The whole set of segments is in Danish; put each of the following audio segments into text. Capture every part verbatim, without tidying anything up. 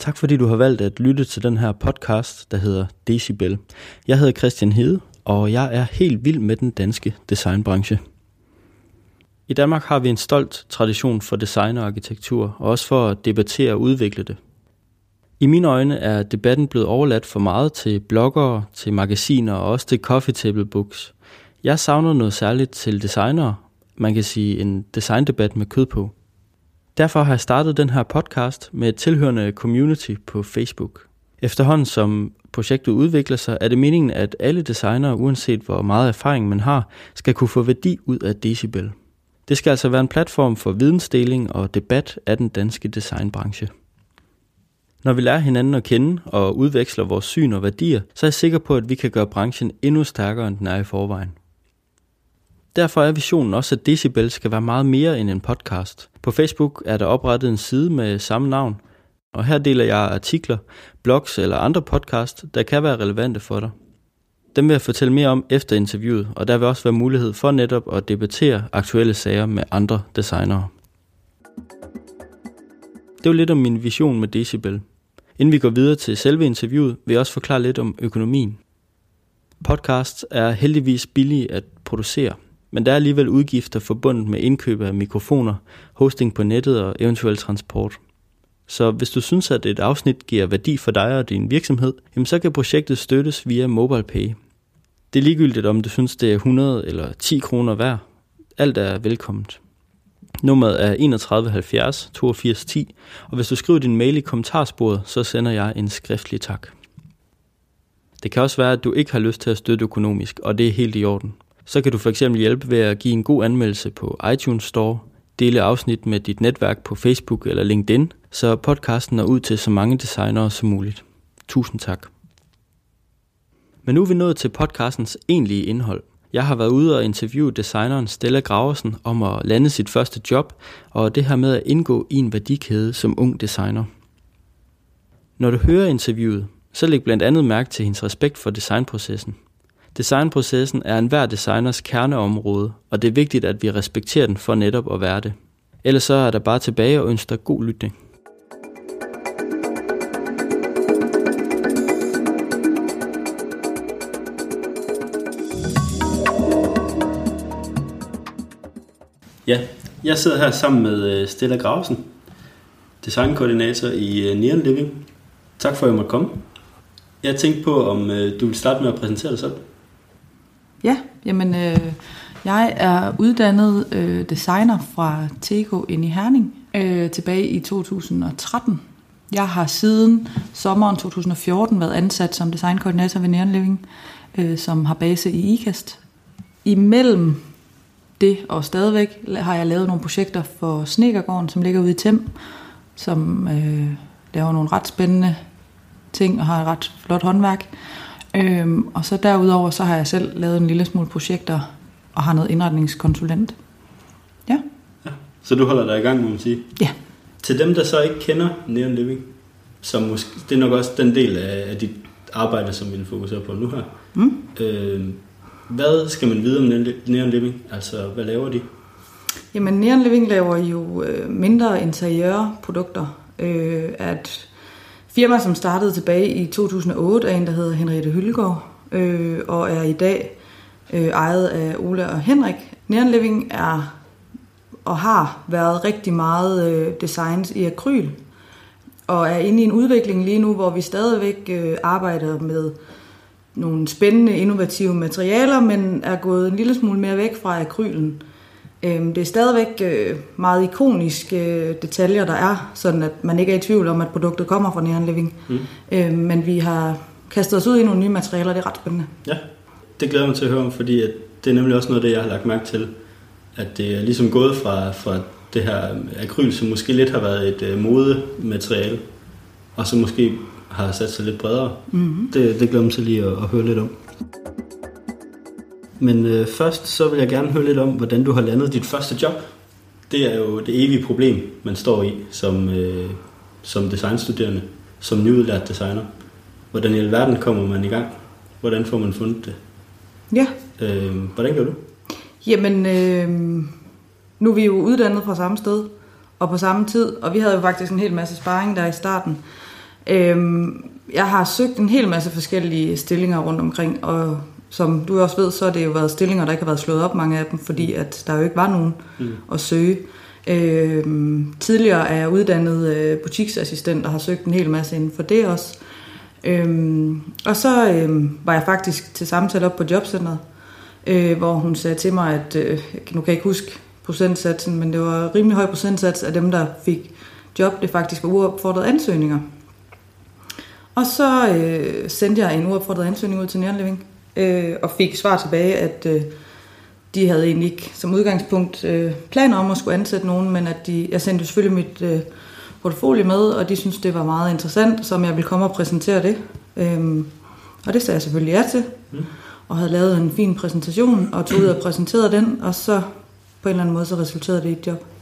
Tak fordi du har valgt at lytte til den her podcast, der hedder Decibel. Jeg hedder Christian Hede, og jeg er helt vild med den danske designbranche. I Danmark har vi en stolt tradition for design og arkitektur, og også for at debattere og udvikle det. I mine øjne er debatten blevet overladt for meget til bloggere, til magasiner og også til coffee table books. Jeg savner noget særligt til designere, man kan sige en designdebat med kød på. Derfor har jeg startet den her podcast med et tilhørende community på Facebook. Efterhånden som projektet udvikler sig, er det meningen, at alle designere, uanset hvor meget erfaring man har, skal kunne få værdi ud af Decibel. Det skal altså være en platform for vidensdeling og debat af den danske designbranche. Når vi lærer hinanden at kende og udveksler vores syn og værdier, så er jeg sikker på, at vi kan gøre branchen endnu stærkere, end den er i forvejen. Derfor er visionen også, at Decibel skal være meget mere end en podcast. På Facebook er der oprettet en side med samme navn, og her deler jeg artikler, blogs eller andre podcasts, der kan være relevante for dig. Dem vil jeg fortælle mere om efter interviewet, og der vil også være mulighed for netop at debattere aktuelle sager med andre designere. Det var lidt om min vision med Decibel. Inden vi går videre til selve interviewet, vil jeg også forklare lidt om økonomien. Podcasts er heldigvis billige at producere, men der er alligevel udgifter forbundet med indkøb af mikrofoner, hosting på nettet og eventuel transport. Så hvis du synes, at et afsnit giver værdi for dig og din virksomhed, jamen så kan projektet støttes via MobilePay. Det er ligegyldigt, om du synes, det er hundrede eller ti kroner værd. Alt er velkomment. Nummeret er enogtredive halvfjerds toogfirs ti, og hvis du skriver din mail i kommentarsporet, så sender jeg en skriftlig tak. Det kan også være, at du ikke har lyst til at støtte økonomisk, og det er helt i orden. Så kan du for eksempel hjælpe ved at give en god anmeldelse på iTunes Store, dele afsnit med dit netværk på Facebook eller LinkedIn, så podcasten er ud til så mange designere som muligt. Tusind tak. Men nu er vi nået til podcastens egentlige indhold. Jeg har været ude og interviewe designeren Stella Graversen om at lande sit første job, og det her med at indgå i en værdikæde som ung designer. Når du hører interviewet, så læg blandt andet mærke til hendes respekt for designprocessen. Designprocessen er enhver designers kerneområde, og det er vigtigt, at vi respekterer den for netop at være det. Ellers så er der bare tilbage og ønsker dig god lytning. Ja, jeg sidder her sammen med Stella Graversen, designkoordinator i Neon Living. Tak for, at jeg måtte komme. Jeg tænkte på, om du vil starte med at præsentere dig selv. Ja, jamen øh, jeg er uddannet øh, designer fra Tego inde i Herning øh, tilbage i to tusind og tretten. Jeg har siden sommeren to tusind og fjorten været ansat som designkoordinator ved Neon Living, øh, som har base i IKAST. Imellem det og stadigvæk har jeg lavet nogle projekter for Snedkergården, som ligger ude i Tem, som øh, laver nogle ret spændende ting og har et ret flot håndværk. Øhm, og så derudover så har jeg selv lavet en lille smule projekter og har noget indretningskonsulent. Ja. Ja. Så du holder dig i gang, må man sige? Ja. Til dem, der så ikke kender Neon Living, som måske, det er nok også den del af, af dit arbejde, som vi vil fokusere på nu her. Mm. Øh, hvad skal man vide om Neon Living? Altså, hvad laver de? Jamen, Neon Living laver jo øh, mindre interiørprodukter. Øh, at firma, som startede tilbage i to tusind og otte, er en, der hedder Henriette Hyllegaard, øh, og er i dag øh, ejet af Ola og Henrik. Neon Living er og har været rigtig meget øh, designs i akryl, og er inde i en udvikling lige nu, hvor vi stadigvæk øh, arbejder med nogle spændende, innovative materialer, men er gået en lille smule mere væk fra akrylen. Det er stadigvæk meget ikoniske detaljer, der er, sådan at man ikke er i tvivl om, at produktet kommer fra Neon Living. Mm. Men vi har kastet os ud i nogle nye materialer, det er ret spændende. Ja, det glæder mig til at høre om, fordi det er nemlig også noget af det, jeg har lagt mærke til. At det er ligesom gået fra, fra det her akryl, som måske lidt har været et modemateriale, og så måske har sat sig lidt bredere. Mm-hmm. Det, det glæder mig til lige at, at høre lidt om. Men øh, først så vil jeg gerne høre lidt om, hvordan du har landet dit første job. Det er jo det evige problem, man står i som, øh, som designstuderende, som nyudlært designer. Hvordan i alverden kommer man i gang? Hvordan får man fundet det? Ja. Øh, hvordan gør du? Jamen, øh, nu er vi jo uddannet fra samme sted og på samme tid, og vi havde jo faktisk en hel masse sparring der i starten. Øhm, jeg har søgt en hel masse forskellige stillinger rundt omkring, og som du også ved, så har det jo været stillinger, der ikke har været slået op, mange af dem, fordi at der jo ikke var nogen mm. at søge. Øhm, tidligere er jeg uddannet øh, butiksassistent og har søgt en hel masse inden for det også. Øhm, og så øhm, var jeg faktisk til samtale op på jobcentret, øh, hvor hun sagde til mig, at øh, nu kan jeg ikke huske procentsatsen, men det var rimelig høj procentsats af dem, der fik job, det faktisk var uopfordrede ansøgninger. Og så øh, sendte jeg en uopfordret ansøgning ud til Neon Living, øh, og fik svar tilbage, at øh, de havde egentlig ikke som udgangspunkt øh, planer om at skulle ansætte nogen, men at de, jeg sendte selvfølgelig mit øh, portfolio med, og de syntes, det var meget interessant, som jeg ville komme og præsentere det. Øhm, og det sagde jeg selvfølgelig ja til, mm. og havde lavet en fin præsentation, og tog ud og præsenterede den, og så på en eller anden måde, så resulterede det i et job.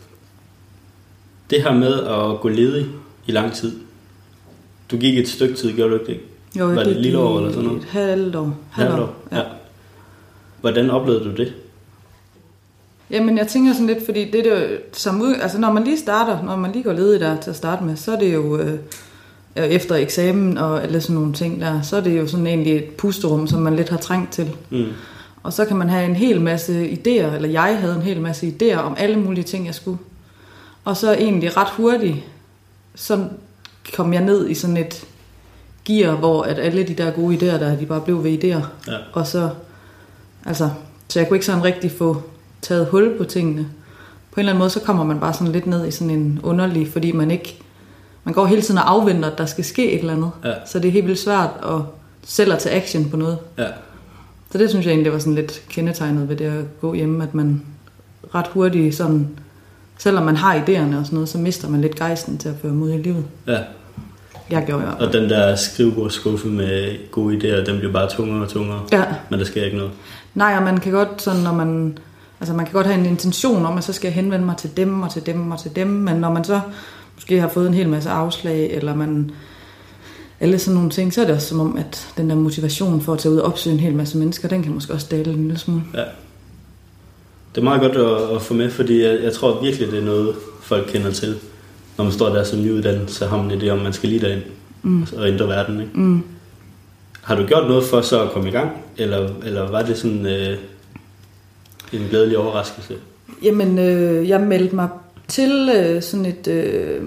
Det her med at gå ledig i lang tid, du gik et stykke tid, gjorde du ikke det? Jo, var det et lille år eller sådan noget? Et halvt år. Halvt år, ja. ja. Hvordan oplevede du det? Jamen, jeg tænker sådan lidt, fordi det er jo som ud, altså når man lige starter, når man lige går ledig der til at starte med, så er det jo øh, efter eksamen og alle sådan nogle ting der, så er det jo sådan egentlig et pusterum, som man lidt har trængt til. Mm. Og så kan man have en hel masse idéer, eller jeg havde en hel masse idéer om alle mulige ting, jeg skulle. Og så egentlig ret hurtigt, så kom jeg ned i sådan et gear, hvor at alle de der gode idéer, der de bare blev ved idéer. Ja. Og så, altså, så jeg kunne ikke sådan rigtig få taget hul på tingene. På en eller anden måde, så kommer man bare sådan lidt ned i sådan en underlig, fordi man ikke, man går hele tiden og afventer, at der skal ske et eller andet. Ja. Så det er helt vildt svært at selv at tage action på noget. Ja. Så det synes jeg egentlig var sådan lidt kendetegnet ved det at gå hjemme, at man ret hurtigt sådan, selvom man har idéerne og sådan noget, så mister man lidt gejsten til at føre mod i livet. Ja. Jeg gjorde jo. Og den der skrivebordsskuffe med gode idéer, den bliver bare tungere og tungere. Ja. Men der sker ikke noget. Nej, og man kan godt sådan, når man, altså man kan godt have en intention om, at så skal jeg henvende mig til dem og til dem og til dem, men når man så måske har fået en hel masse afslag, eller man alle sådan nogle ting, så er det også som om, at den der motivation for at tage ud og opsøge en hel masse mennesker, den kan måske også dale en lille smule. Ja. Det er meget godt at, at få med, fordi jeg, jeg tror virkelig, det er noget, folk kender til. Når man står der som nyuddannet, så har man idé om, man skal lige derind mm. og ændre verden. Ikke? Mm. Har du gjort noget for så at komme i gang, eller, eller var det sådan øh, en glædelig overraskelse? Jamen, øh, jeg meldte mig til øh, sådan et øh,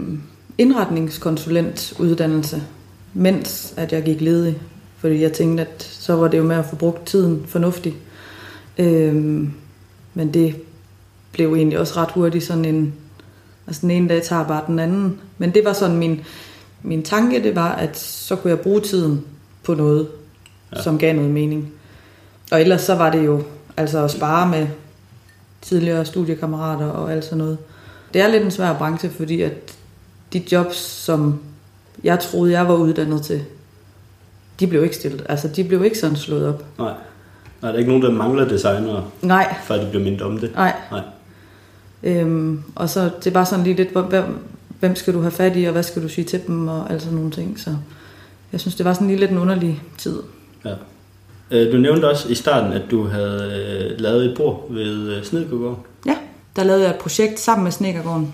indretningskonsulentuddannelse, mens at jeg gik ledig. Fordi jeg tænkte, at så var det jo med at få brugt tiden fornuftigt. Øh, men det blev egentlig også ret hurtigt sådan en, altså den ene dag tager bare den anden. Men det var sådan min, min tanke, det var, at så kunne jeg bruge tiden på noget, ja. Som gav noget mening. Og ellers så var det jo altså at spare med tidligere studiekammerater og alt sådan noget. Det er lidt en svær branche, fordi at de jobs, som jeg troede, jeg var uddannet til, de blev ikke stillet. Altså, de blev ikke sådan slået op. Nej. Nej, der er ikke nogen, der mangler designere, Nej. Før de bliver mindet om det. Nej. Nej. Øhm, og så det er bare sådan lige lidt, hvem, hvem skal du have fat i, og hvad skal du sige til dem, og alt sådan nogle ting. Så jeg synes, det var sådan lige lidt en underlig tid. Ja. Du nævnte også i starten, at du havde lavet et bord ved Snedkergården. Ja, der lavede jeg et projekt sammen med Snedkergården,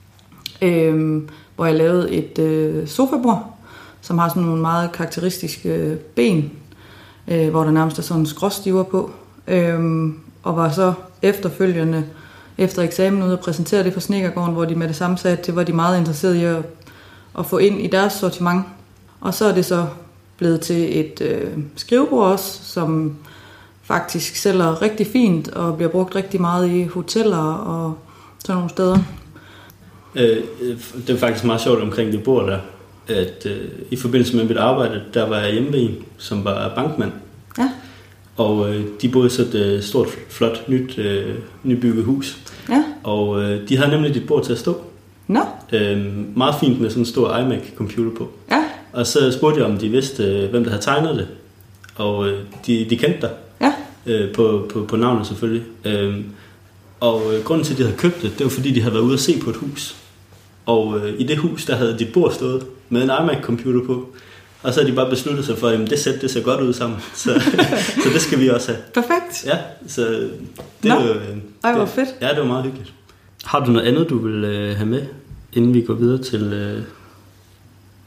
øhm, hvor jeg lavede et øh, sofabord, som har sådan nogle meget karakteristiske ben, øh, hvor der nærmest er sådan en skråstiver på, øhm, og var så efterfølgende efter eksamen ude og præsentere det for Snedkergården, hvor de med det samme sagde, at det var de meget interesserede i at, at få ind i deres sortiment. Og så er det så blevet til et øh, skrivebord også, som faktisk sælger rigtig fint og bliver brugt rigtig meget i hoteller og sådan nogle steder. Øh, det er faktisk meget sjovt omkring det bord der, at øh, i forbindelse med mit arbejde, der var jeg hjemme ved en, som var bankmand. Ja. Og øh, de boede i så et øh, stort, flot, nyt, øh, nybygget hus. Ja. Og øh, de havde nemlig dit bord til at stå. Nå. Øh, meget fint med sådan en stor iMac-computer på. Ja. Og så spurgte jeg, om de vidste, øh, hvem der havde tegnet det. Og øh, de, de kendte dig. Ja. Øh, på, på, på navnet selvfølgelig. Øh, og øh, grunden til, at de havde købt det, det var fordi, de havde været ude at se på et hus. Og øh, i det hus, der havde dit bord stået med en iMac-computer på. Og så har de bare besluttet sig for, at det sæt, det ser godt ud sammen. Så, så det skal vi også have. Perfekt. Ja, så det Nå. var jo... Ej, hvor fedt. Ja, det var meget hyggeligt. Har du noget andet, du vil øh, have med, inden vi går videre til, øh, til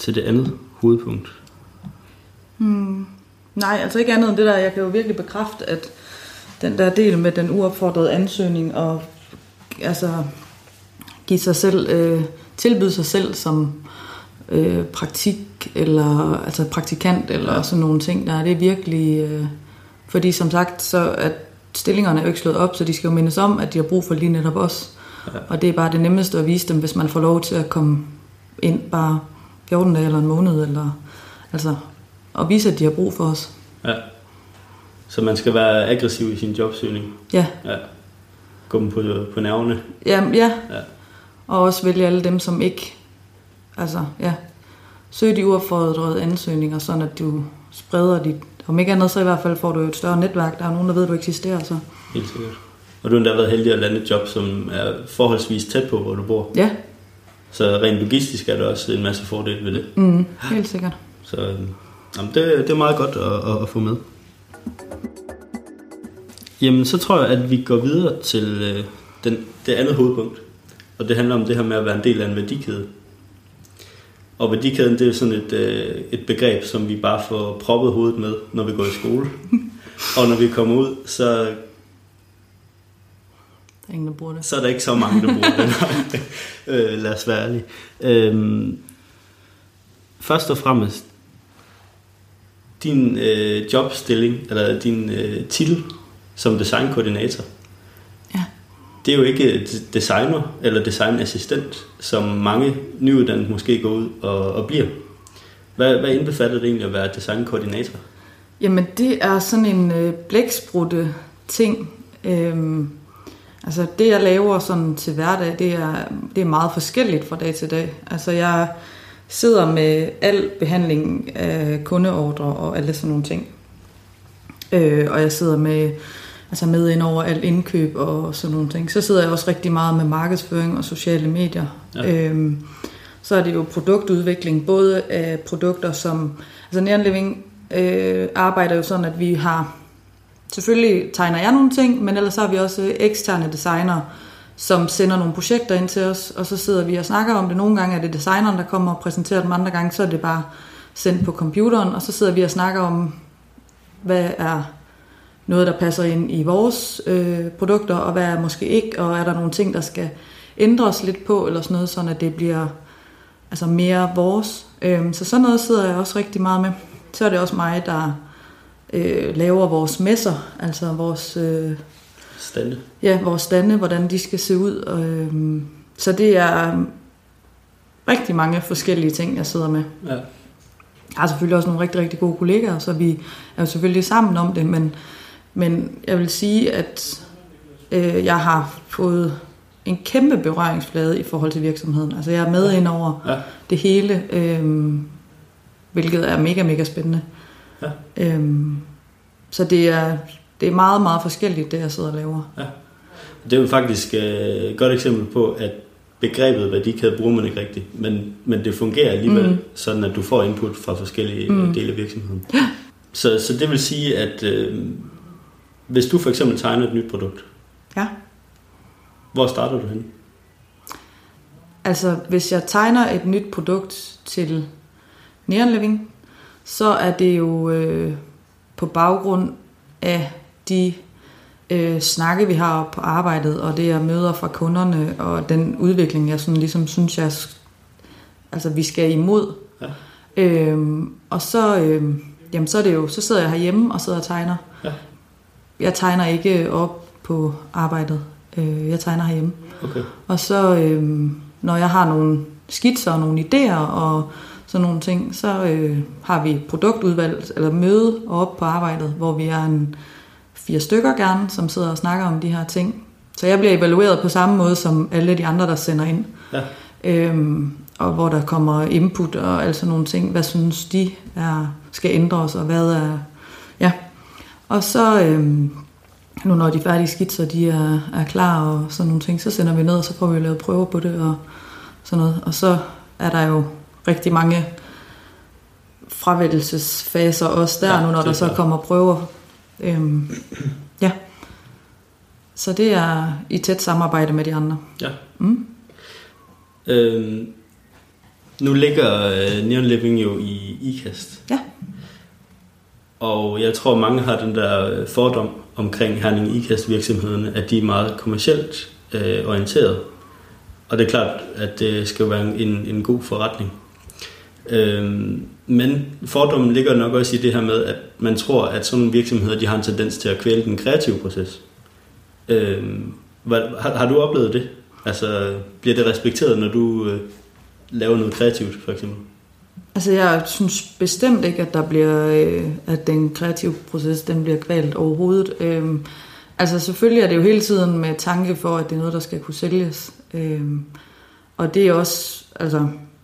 til det andet hovedpunkt? Hmm. Nej, altså ikke andet end det der. Jeg kan jo virkelig bekræfte, at den der del med den uopfordrede ansøgning og altså give sig selv, øh, tilbyde sig selv som øh, praktik eller altså praktikant eller ja. Sådan nogle ting der, det er virkelig øh, fordi som sagt så at stillingerne er jo ikke slået op, så de skal jo mindes om, at de har brug for lige netop os. Ja. Og det er bare det nemmeste at vise dem, hvis man får lov til at komme ind bare fjorten dage eller en måned eller altså og vise, at de har brug for os. Ja. Så man skal være aggressiv i sin jobsøgning. Ja. Ja. Gå dem på, på nervene. Ja, ja. Ja. Og også vælge alle dem, som ikke, altså, ja, søg de uopfordrede ansøgninger, sådan at du spreder dit, om ikke andet, så i hvert fald får du et større netværk. Der er nogen, der ved, at du eksisterer, så. Helt sikkert. Og du har endda været heldig at lande et job, som er forholdsvis tæt på, hvor du bor. Ja. Så rent logistisk er der også en masse fordele ved det. Mm, helt sikkert. Så jamen, det, det er meget godt at, at, at få med. Jamen, så tror jeg, at vi går videre til øh, den, det andet hovedpunkt. Og det handler om det her med at være en del af en værdikæde. Og værdikæden, det er sådan et, øh, et begreb, som vi bare får proppet hovedet med, når vi går i skole. Og når vi kommer ud, så, der er ingen, der bruger det. Så er der ikke så mange, der bruger det. øh, lad os være ærlige. Øhm, først og fremmest, din øh, jobstilling, eller din øh, titel som designkoordinator, ja. Det er jo ikke designer eller designassistent, som mange nyuddannede måske går ud og, og bliver. Hvad, hvad indbefatter det egentlig at være designkoordinator? Jamen det er sådan en øh, blæksprutte ting. Øhm, altså det jeg laver sådan til hverdag, det er, det er meget forskelligt fra dag til dag. Altså jeg sidder med al behandling af kundeordre og alle sådan nogle ting. Øh, og jeg sidder med, altså med ind over alt indkøb og sådan nogle ting. Så sidder jeg også rigtig meget med markedsføring og sociale medier. Ja. Øhm, så er det jo produktudvikling, både af produkter som, altså Neon Living øh, arbejder jo sådan, at vi har, selvfølgelig tegner jeg nogle ting, men ellers har vi også eksterne designere, som sender nogle projekter ind til os, og så sidder vi og snakker om det. Nogle gange er det designeren, der kommer og præsenterer dem, andre gange så er det bare sendt på computeren, og så sidder vi og snakker om, hvad er noget, der passer ind i vores øh, produkter, og hvad er måske ikke, og er der nogle ting, der skal ændres lidt på, eller sådan noget, sådan at det bliver altså mere vores. Øhm, så sådan noget sidder jeg også rigtig meget med. Så er det også mig, der øh, laver vores messer, altså vores øh, stande. Ja, vores stande, hvordan de skal se ud. Øhm, så det er rigtig mange forskellige ting, jeg sidder med. Ja. Jeg har selvfølgelig også nogle rigtig, rigtig gode kollegaer, så vi er jo selvfølgelig sammen om det, men, men jeg vil sige, at øh, jeg har fået en kæmpe berøringsflade i forhold til virksomheden. Altså jeg er med ind over ja. det hele, øh, hvilket er mega, mega spændende. Ja. Øhm, så det er, det er meget, meget forskelligt, det jeg sidder og laver. Ja. Det er jo faktisk øh, et godt eksempel på, at begrebet værdikæde bruger man ikke rigtigt, men, men det fungerer alligevel, mm. sådan at du får input fra forskellige mm. dele af virksomheden. Ja. Så, så det vil sige, at øh, hvis du for eksempel tegner et nyt produkt, ja. hvor starter du hen? Altså, hvis jeg tegner et nyt produkt til Neon Living, så er det jo øh, på baggrund af de øh, snakke, vi har på arbejdet, og det jeg møder fra kunderne, og den udvikling, jeg sådan ligesom synes, jeg, altså, vi skal imod. Ja. Øhm, og så, øh, jamen, så er det jo, så sidder jeg herhjemme og sidder og tegner. Ja. Jeg tegner ikke op på arbejdet. Øh, jeg tegner herhjemme. Okay. Og så, øh, når jeg har nogle skitser og nogle idéer og sådan nogle ting, så øh, har vi produktudvalg eller møde op på arbejdet, hvor vi er en fire stykker gerne, som sidder og snakker om de her ting. Så jeg bliver evalueret på samme måde som alle de andre, der sender ind. Ja. Øhm, og hvor der kommer input og alle sådan nogle ting. Hvad synes de er, skal ændres, og hvad er... Ja. Og så, øhm, nu når de færdige skitser, de er, er klar og sådan nogle ting, så sender vi ned, og så får vi lavet prøver på det og sådan noget. Og så er der jo rigtig mange fravælgelsesfaser også der, ja, nu når der så klar. kommer prøver. Øhm, ja. Så det er i tæt samarbejde med de andre. Ja. Mm. Øhm, Nu ligger uh, Neon Living jo i Ikast. Ja. Og jeg tror, mange har den der fordom omkring Herning Ikast virksomhederne, at de er meget kommercielt øh, orienteret. Og det er klart, at det skal være en, en god forretning. Øhm, men fordommen ligger nok også i det her med, at man tror, at sådan nogle virksomheder, de har en tendens til at kvæle den kreative proces. Øhm, har, har du oplevet det? Altså, bliver det respekteret, når du øh, laver noget kreativt, for eksempel? Altså, jeg synes bestemt ikke, at der bliver, øh, at den kreative proces, den bliver kvalt overhovedet. Øhm, altså, selvfølgelig er det jo hele tiden med tanke for, at det er noget, der skal kunne sælges. Øhm, og det er også, altså,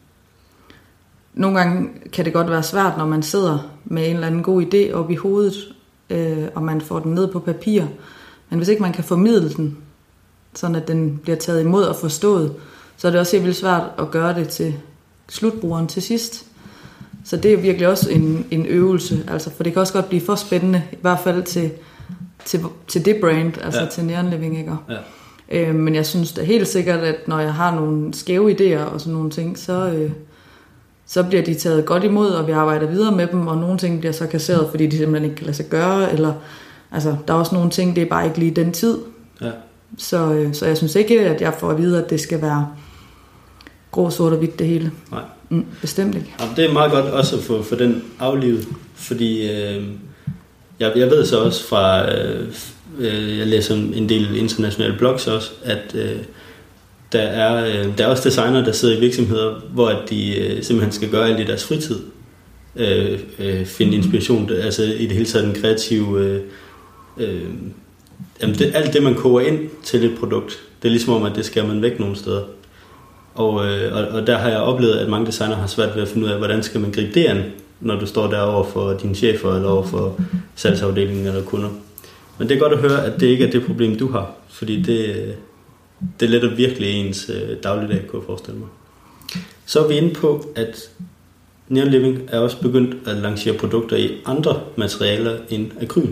nogle gange kan det godt være svært, når man sidder med en eller anden god idé op i hovedet, øh, og man får den ned på papir. Men hvis ikke man kan formidle den, sådan at den bliver taget imod og forstået, så er det også helt vildt svært at gøre det til slutbrugeren til sidst. Så det er virkelig også en, en øvelse, altså, for det kan også godt blive for spændende, i hvert fald til, til, til det brand, altså ja. Til Neon Living, ikke? Ja. Øh, men jeg synes da helt sikkert, at når jeg har nogle skæve idéer og sådan nogle ting, så, øh, så bliver de taget godt imod, og vi arbejder videre med dem, og nogle ting bliver så kasseret, fordi de simpelthen ikke kan lade sig gøre, eller altså, der er også nogle ting, det er bare ikke lige den tid. Ja. Så, øh, så jeg synes ikke, at jeg får at vide, at det skal være grå, sort og hvidt det hele. Nej. Mm, bestemt ikke. Ja, det er meget godt også at få for den aflivet, fordi øh, jeg, jeg ved så også fra, øh, øh, jeg læser en del internationale blogs også, at øh, der, er, øh, der er også designer, der sidder i virksomheder, hvor de øh, simpelthen skal gøre alt i deres fritid. Øh, øh, finde inspiration, altså i det hele taget den kreative, øh, øh, jamen det, alt det man koger ind til et produkt, det er ligesom om, at det skal man væk nogle steder. Og, øh, og, og der har jeg oplevet, at mange designer har svært ved at finde ud af, hvordan skal man gribe det an, når du står derovre for dine chefer, eller over for salgsafdelingen eller kunder. Men det er godt at høre, at det ikke er det problem, du har, fordi det, det letter virkelig ens øh, dagligdag, kunne jeg forestille mig. Så er vi inde på, at Neon Living er også begyndt at lancere produkter i andre materialer end akryl.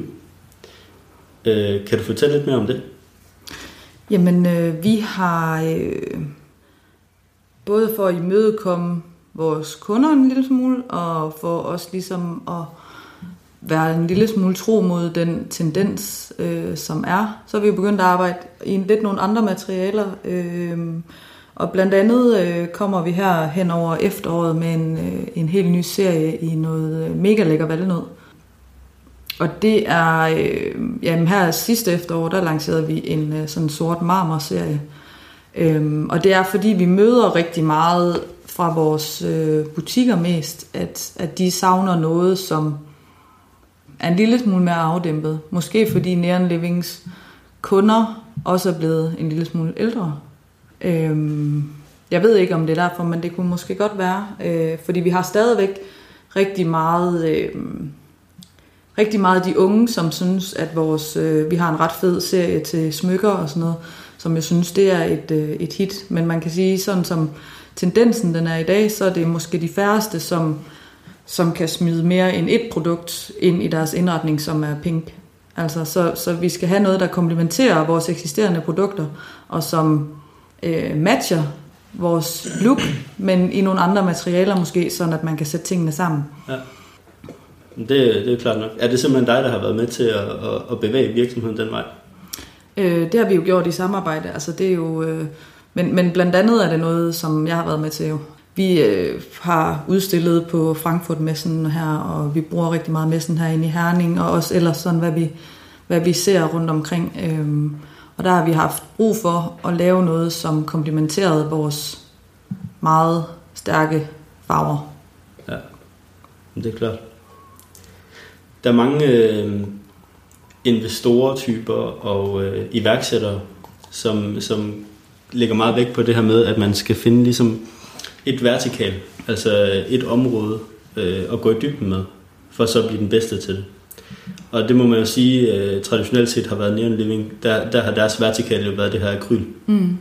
Øh, kan du fortælle lidt mere om det? Jamen, øh, vi har... Øh både for at imødekomme vores kunder en lille smule, og for os ligesom at være en lille smule tro mod den tendens, øh, som er. Så er vi jo begyndt at arbejde i lidt nogle andre materialer, øh, og blandt andet øh, kommer vi her hen over efteråret med en, øh, en helt ny serie i noget mega lækker valnød. Og det er, øh, jamen her sidste efterår, der lancerede vi en øh, sådan sort marmor-serie. Øhm, og det er fordi vi møder rigtig meget fra vores øh, butikker mest, at, at de savner noget, som er en lille smule mere afdæmpet. Måske fordi Neon Livings kunder også er blevet en lille smule ældre. Øhm, jeg ved ikke om det er derfor, men det kunne måske godt være, øh, fordi vi har stadigvæk rigtig meget, øh, rigtig meget de unge, som synes, at vores, øh, vi har en ret fed serie til smykker og sådan noget, som jeg synes, det er et, et hit. Men man kan sige, sådan som tendensen den er i dag, så er det måske de færreste, som, som kan smide mere end et produkt ind i deres indretning, som er pink. Altså, så, så vi skal have noget, der komplementerer vores eksisterende produkter, og som øh, matcher vores look, men i nogle andre materialer måske, sådan at man kan sætte tingene sammen. Ja. Det, det er klart nok. Er det simpelthen dig, der har været med til at, at, at bevæge virksomheden den vej? Øh, det har vi jo gjort i samarbejde, altså det er jo, øh, men, men blandt andet er det noget, som jeg har været med til jo. Vi øh, har udstillet på Frankfurt-messen her, og vi bruger rigtig meget messen herinde i Herning, og også ellers sådan, hvad vi, hvad vi ser rundt omkring. Øh, og der har vi haft brug for at lave noget, som komplementerede vores meget stærke farver. Ja, det er klart. Der er mange... Øh investorer-typer og øh, iværksættere, som, som lægger meget vægt på det her med, at man skal finde ligesom et vertikal, altså et område øh, at gå i dybden med, for så at blive den bedste til det. Og det må man jo sige, øh, traditionelt set har været Neon Living, der, der har deres vertikal jo været det her akryl. Mm.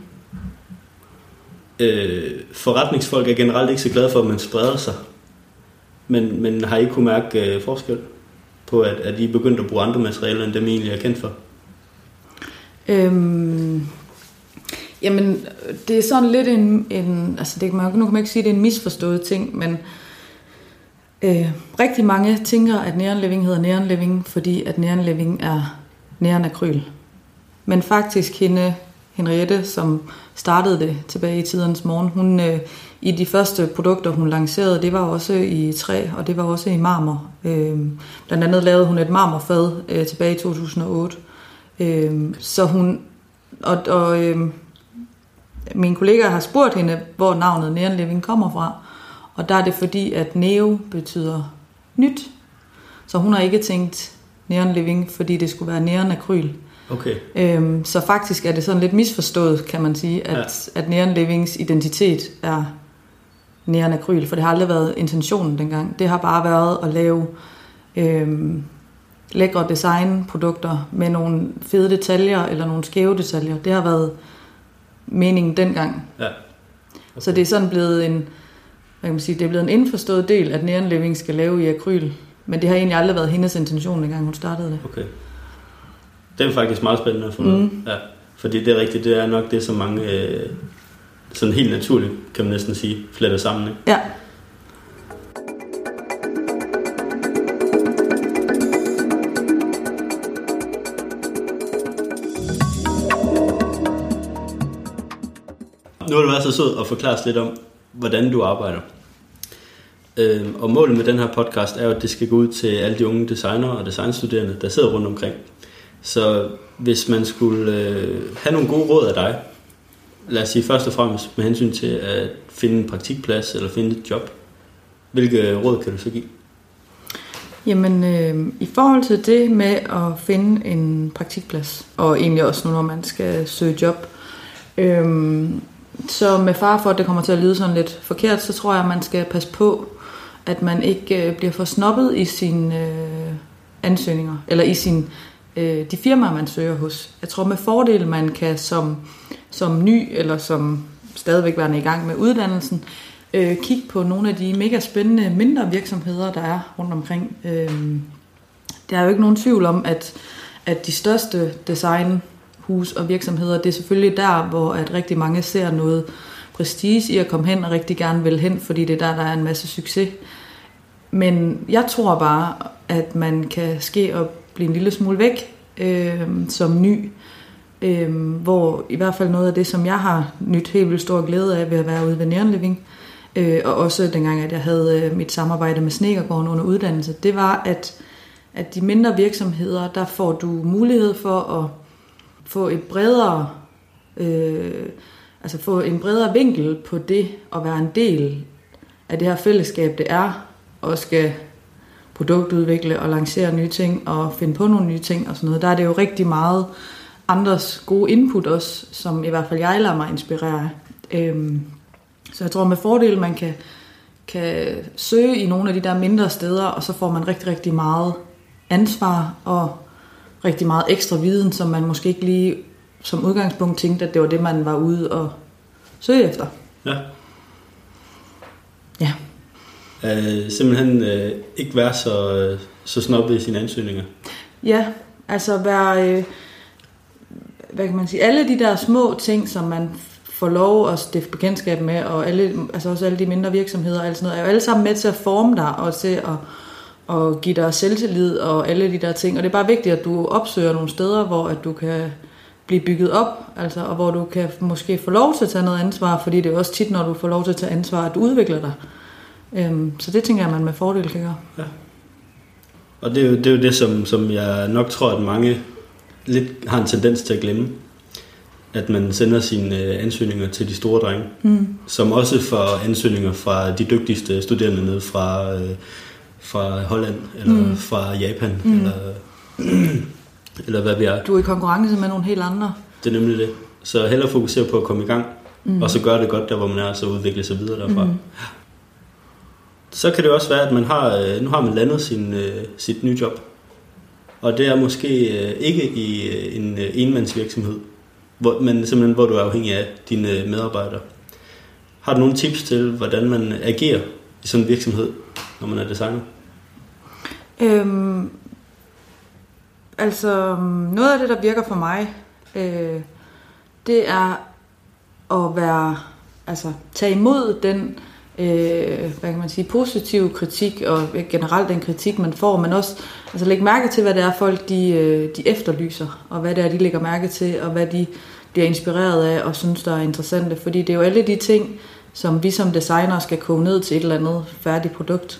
Øh, forretningsfolk er generelt ikke så glade for, at man spreder sig, men, men har I kunne mærke øh, forskel på, at, at I er begyndt at bruge andre materialer, end dem I egentlig er kendt for? Øhm, Jamen, det er sådan lidt en, en altså det, man, nu kan man ikke sige, at det er en misforstået ting, men øh, rigtig mange tænker, at Neon Living hedder Neon Living, fordi at Neon Living er neon akryl. Men faktisk hende, Henriette, som startede det tilbage i tidernes morgen, hun øh, i de første produkter, hun lancerede, det var også i træ, og det var også i marmor. Øh, blandt andet lavede hun et marmorfad øh, tilbage i to tusind og otte. Øh, så hun, og, og øh, mine kollegaer har spurgt hende, hvor navnet Neon Living kommer fra, og der er det fordi, at neo betyder nyt. Så hun har ikke tænkt Neon Living, fordi det skulle være neon akryl. Okay. Øhm, så faktisk er det sådan lidt misforstået, kan man sige, at, ja. at Neon Livings identitet er neon akryl, for det har aldrig været intentionen dengang. Det har bare været at lave øhm, lækre designprodukter med nogle fede detaljer eller nogle skæve detaljer. Det har været meningen dengang. Ja. Okay. Så det er sådan blevet en, hvad kan man sige, det er blevet en indforstået del, at Neon Living skal lave i akryl. Men det har egentlig aldrig været hendes intention, dengang hun startede det. Okay. Det er faktisk meget spændende at få med. Mm. Ja, fordi det er rigtigt, det er nok det, som mange øh, sådan helt naturligt, kan man næsten sige, fletter sammen. Ikke? Ja. Nu vil du være så sød og forklare os lidt om, hvordan du arbejder. Øh, og målet med den her podcast er jo, at det skal gå ud til alle de unge designere og designstuderende, der sidder rundt omkring. Så hvis man skulle øh, have nogle gode råd af dig, lad os sige først og fremmest med hensyn til at finde en praktikplads eller finde et job, hvilke råd kan du så give? Jamen, øh, i forhold til det med at finde en praktikplads, og egentlig også nu, når man skal søge job, øh, så med fare for, at det kommer til at lyde sådan lidt forkert, så tror jeg, at man skal passe på, at man ikke øh, bliver for snobbet i sine øh, ansøgninger, eller i sin de firmaer, man søger hos. Jeg tror med fordel, man kan som, som ny, eller som stadigvæk værende i gang med uddannelsen, øh, kigge på nogle af de mega spændende mindre virksomheder, der er rundt omkring. Øh, der er jo ikke nogen tvivl om, at, at de største designhus og virksomheder, det er selvfølgelig der, hvor at rigtig mange ser noget prestige i at komme hen, og rigtig gerne vil hen, fordi det er der, der er en masse succes. Men jeg tror bare, at man kan ske og blive en lille smule væk øh, som ny, øh, hvor i hvert fald noget af det, som jeg har nyt helt vildt stor glæde af ved at være ude ved Neon Living, øh, og også dengang, at jeg havde øh, mit samarbejde med Snedkergården under uddannelse, det var, at, at de mindre virksomheder, der får du mulighed for at få et bredere, øh, altså få en bredere vinkel på det at være en del af det her fællesskab, det er, og skal produktudvikle og lancere nye ting og finde på nogle nye ting og sådan noget. Der er det jo rigtig meget andres gode input også, som i hvert fald jeg lader mig inspirere af. Øhm, så jeg tror med fordel, man kan, kan søge i nogle af de der mindre steder, og så får man rigtig, rigtig meget ansvar og rigtig meget ekstra viden, som man måske ikke lige som udgangspunkt tænkte, at det var det, man var ude og søge efter. Ja. Ja. Uh, simpelthen uh, ikke være så, uh, så snobbet i sine ansøgninger. Ja, altså være, uh, hvad kan man sige, alle de der små ting, som man får lov at stifte bekendtskab med, og alle, altså også alle de mindre virksomheder og alt sådan noget, er jo alle sammen med til at forme dig, og til at, at give dig selvtillid, og alle de der ting, og det er bare vigtigt, at du opsøger nogle steder, hvor at du kan blive bygget op, altså, og hvor du kan måske få lov til at tage noget ansvar, fordi det er også tit, når du får lov til at tage ansvar, at du udvikler dig. Så det tænker jeg, man med fordel kan gøre. Ja. Og det er jo det, er jo det som, som jeg nok tror, at mange lidt har en tendens til at glemme. At man sender sine ansøgninger til de store drenge. Mm. Som også får ansøgninger fra de dygtigste studerende nede fra, øh, fra Holland, eller mm. fra Japan, mm. eller, eller hvad vi er. Du er i konkurrence med nogle helt andre. Det er nemlig det. Så hellere fokusere på at komme i gang, mm. og så gøre det godt der, hvor man er, og så udvikle sig videre derfra. Mm. Så kan det også være, at man har, nu har man landet sin, sit nye job. Og det er måske ikke i en enmandsvirksomhed, hvor, men simpelthen hvor du er afhængig af dine medarbejdere. Har du nogle tips til, hvordan man agerer i sådan en virksomhed, når man er designer? Øhm, altså noget af det, der virker for mig, øh, det er at være, altså tage imod den øh, hvad kan man sige, positive kritik, og generelt den kritik, man får, men også altså lægge mærke til, hvad det er folk, de, de efterlyser, og hvad det er, de lægger mærke til, og hvad de bliver inspireret af, og synes, der er interessante. Fordi det er jo alle de ting, som vi som designer skal koge ned til et eller andet færdigt produkt.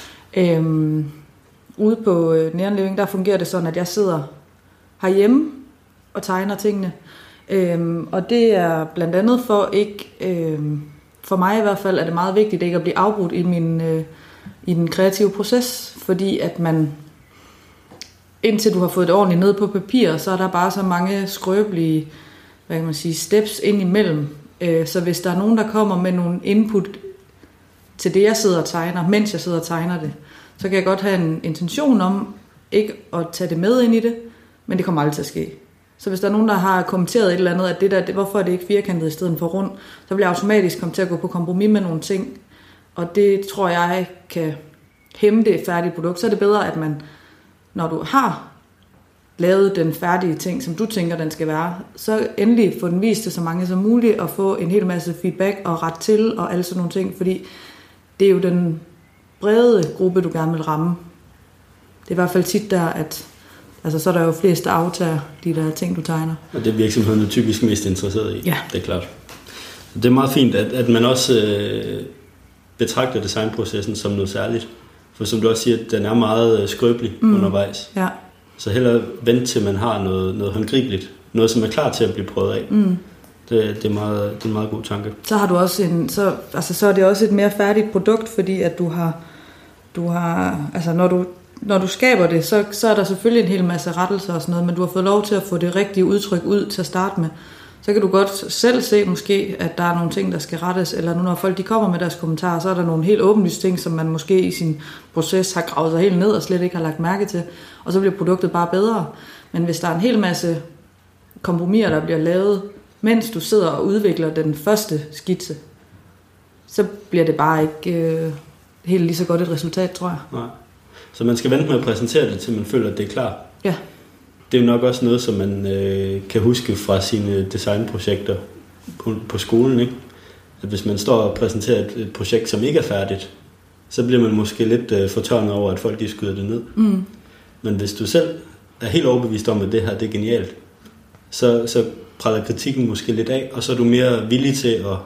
Øhm, ude på øh, Neon Living, der fungerer det sådan, at jeg sidder herhjemme og tegner tingene. Øhm, og det er blandt andet for ikke, øhm, for mig i hvert fald, er det meget vigtigt ikke at blive afbrudt i, min, øh, i den kreative proces, fordi at man, indtil du har fået det ordentligt ned på papir, så er der bare så mange skrøbelige, hvad kan man sige, steps ind imellem. Øh, så hvis der er nogen, der kommer med nogle input til det, jeg sidder og tegner, mens jeg sidder og tegner det, så kan jeg godt have en intention om ikke at tage det med ind i det, men det kommer aldrig til at ske. Så hvis der er nogen, der har kommenteret et eller andet, at det der, det, hvorfor er det ikke firkantet i stedet for rundt, så vil jeg automatisk komme til at gå på kompromis med nogle ting. Og det tror jeg kan hæmme det færdige produkt. Så er det bedre, at man, når du har lavet den færdige ting, som du tænker, den skal være, så endelig få den vist til så mange som muligt, og få en hel masse feedback og ret til, og alle sådan nogle ting, fordi det er jo den brede gruppe, du gerne vil ramme. Det er i hvert fald tit der, at altså, så er der jo flest, der aftager de der ting, du tegner. Og det er virksomheden er typisk mest interesseret i. Ja. Det er klart. Det er meget fint, at, at man også øh, betragter designprocessen som noget særligt. For som du også siger, den er meget skrøbelig mm. undervejs. Ja. Så hellere vente til man har noget, noget håndgribeligt. Noget, som er klar til at blive prøvet af. Mm. Det, det, er meget, det er en meget god tanke. Så har du også en, så, altså, så er det også et mere færdigt produkt, fordi at du har, du har altså når du Når du skaber det, så, så er der selvfølgelig en hel masse rettelser og sådan noget, men du har fået lov til at få det rigtige udtryk ud til at starte med. Så kan du godt selv se måske, at der er nogle ting, der skal rettes, eller nu når folk de kommer med deres kommentarer, så er der nogle helt åbenlyse ting, som man måske i sin proces har gravet sig helt ned og slet ikke har lagt mærke til, og så bliver produktet bare bedre. Men hvis der er en hel masse kompromiser, der bliver lavet, mens du sidder og udvikler den første skitse, så bliver det bare ikke øh, helt lige så godt et resultat, tror jeg. Nej. Så man skal vente med at præsentere det, til man føler, at det er klar. Ja. Det er jo nok også noget, som man øh, kan huske fra sine designprojekter på, på skolen, ikke? At hvis man står og præsenterer et, et projekt, som ikke er færdigt, så bliver man måske lidt øh, fortørnet over, at folk de skyder det ned. Mm. Men hvis du selv er helt overbevist om, at det her det er genialt, så, så præller kritikken måske lidt af, og så er du mere villig til at,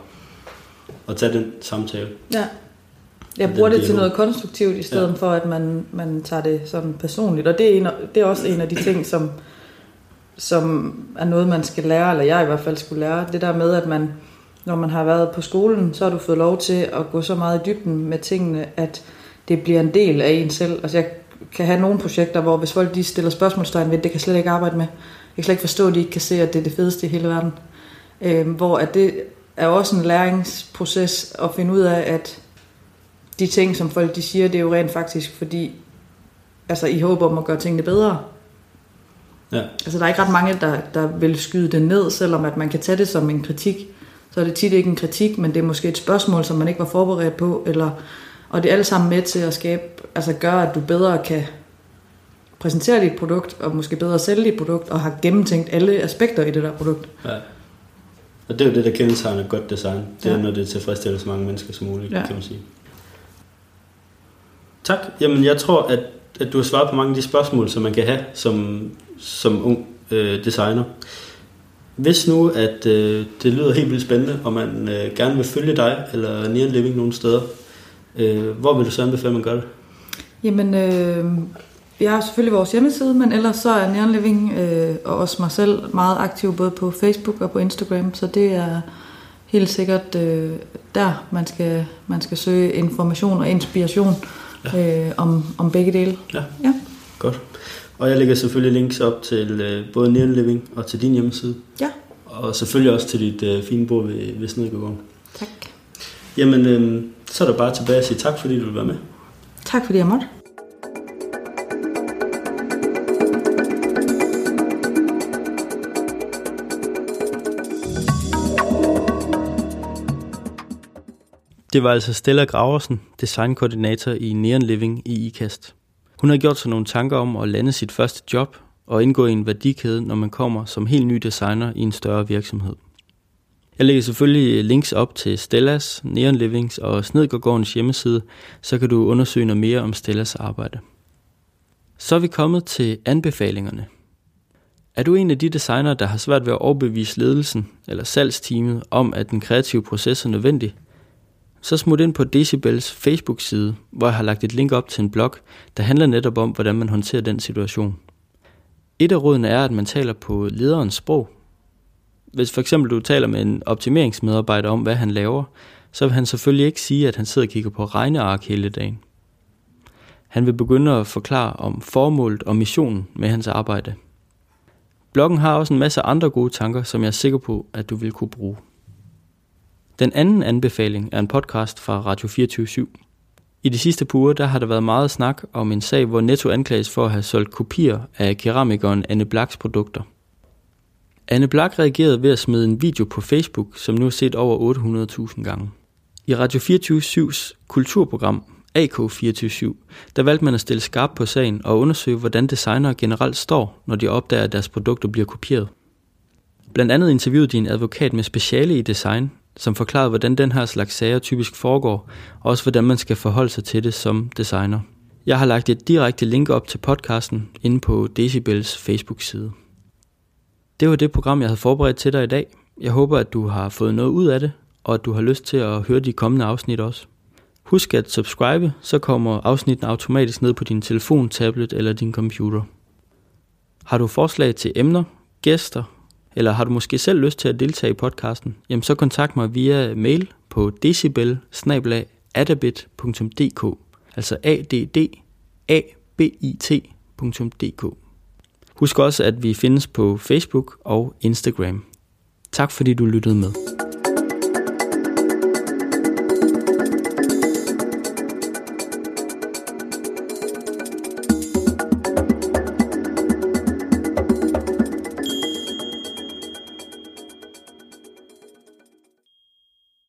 at tage den samtale. Ja. Jeg bruger det til noget konstruktivt, i stedet ja. for, at man, man tager det sådan personligt. Og det er, en, det er også en af de ting, som, som er noget, man skal lære, eller jeg i hvert fald skulle lære. Det der med, at man, når man har været på skolen, så har du fået lov til at gå så meget i dybden med tingene, at det bliver en del af en selv. Altså jeg kan have nogle projekter, hvor hvis folk de stiller spørgsmålstegn ved, det kan jeg slet ikke arbejde med. Jeg kan slet ikke forstå, at de ikke kan se, at det er det fedeste i hele verden. Øh, hvor at det er også en læringsproces at finde ud af, at de ting, som folk de siger, det er jo rent faktisk, fordi altså, I håber om at gøre tingene bedre. Ja. Altså, der er ikke ret mange, der, der vil skyde det ned, selvom at man kan tage det som en kritik. Så er det tit ikke en kritik, men det er måske et spørgsmål, som man ikke var forberedt på. Eller, og det er alle sammen med til at skabe, altså gøre, at du bedre kan præsentere dit produkt, og måske bedre sælge dit produkt, og har gennemtænkt alle aspekter i det der produkt. Ja. Og det er jo det, der kendetegner godt design. Det er, ja. når det tilfredsstiller så mange mennesker som muligt, ja. kan man sige. Tak. Jamen, jeg tror, at, at du har svaret på mange af de spørgsmål, som man kan have som, som ung øh, designer. Hvis nu, at øh, det lyder helt vildt spændende, og man øh, gerne vil følge dig, eller Neon Living nogle steder, øh, hvor vil du så anbefale, at man gør det? Jamen, øh, vi har selvfølgelig vores hjemmeside, men ellers så er Neon Living øh, og også mig selv meget aktiv, både på Facebook og på Instagram, så det er helt sikkert øh, der, man skal, man skal søge information og inspiration. Ja. Øh, om, om begge dele. Ja. ja, godt. Og jeg lægger selvfølgelig links op til øh, både Neon Living og til din hjemmeside. Ja. Og selvfølgelig også til dit øh, fine bord ved, ved Snedkergården. Tak. Jamen, øh, så er der bare tilbage at sige tak, fordi du vil være med. Tak fordi jeg måtte. Det var altså Stella Graversen, designkoordinator i Neon Living i IKAST. Hun har gjort sig nogle tanker om at lande sit første job og indgå i en værdikæde, når man kommer som helt ny designer i en større virksomhed. Jeg lægger selvfølgelig links op til Stellas, Neon Livings og Snedgaardgårdens hjemmeside, så kan du undersøge noget mere om Stellas arbejde. Så er vi kommet til anbefalingerne. Er du en af de designere, der har svært ved at overbevise ledelsen eller salgsteamet om, at den kreative proces er nødvendig? Så smut ind på Decibels Facebook-side, hvor jeg har lagt et link op til en blog, der handler netop om, hvordan man håndterer den situation. Et af rådene er, at man taler på lederens sprog. Hvis for eksempel du taler med en optimeringsmedarbejder om, hvad han laver, så vil han selvfølgelig ikke sige, at han sidder og kigger på regneark hele dagen. Han vil begynde at forklare om formålet og missionen med hans arbejde. Bloggen har også en masse andre gode tanker, som jeg er sikker på, at du vil kunne bruge. Den anden anbefaling er en podcast fra Radio fireogtyve syv. I de sidste par uger der har der været meget snak om en sag, hvor Netto anklages for at have solgt kopier af keramikeren Anne Blaks produkter. Anne Blak reagerede ved at smide en video på Facebook, som nu er set over otte hundrede tusind gange. I Radio fireogtyve syvs kulturprogram A K fireogtyve syv, der valgte man at stille skarpt på sagen og undersøge, hvordan designere generelt står, når de opdager, at deres produkter bliver kopieret. Blandt andet interviewede de en advokat med speciale i design, som forklarede, hvordan den her slags sager typisk foregår, og også hvordan man skal forholde sig til det som designer. Jeg har lagt et direkte link op til podcasten inde på Decibels Facebook-side. Det var det program, jeg havde forberedt til dig i dag. Jeg håber, at du har fået noget ud af det, og at du har lyst til at høre de kommende afsnit også. Husk at subscribe, så kommer afsnittene automatisk ned på din telefon, tablet eller din computer. Har du forslag til emner, gæster, eller har du måske selv lyst til at deltage i podcasten, jamen så kontakt mig via mail på decibel bindestreg adabit punktum d k, altså a d d a b i t punktum d k. Husk også, at vi findes på Facebook og Instagram. Tak fordi du lyttede med.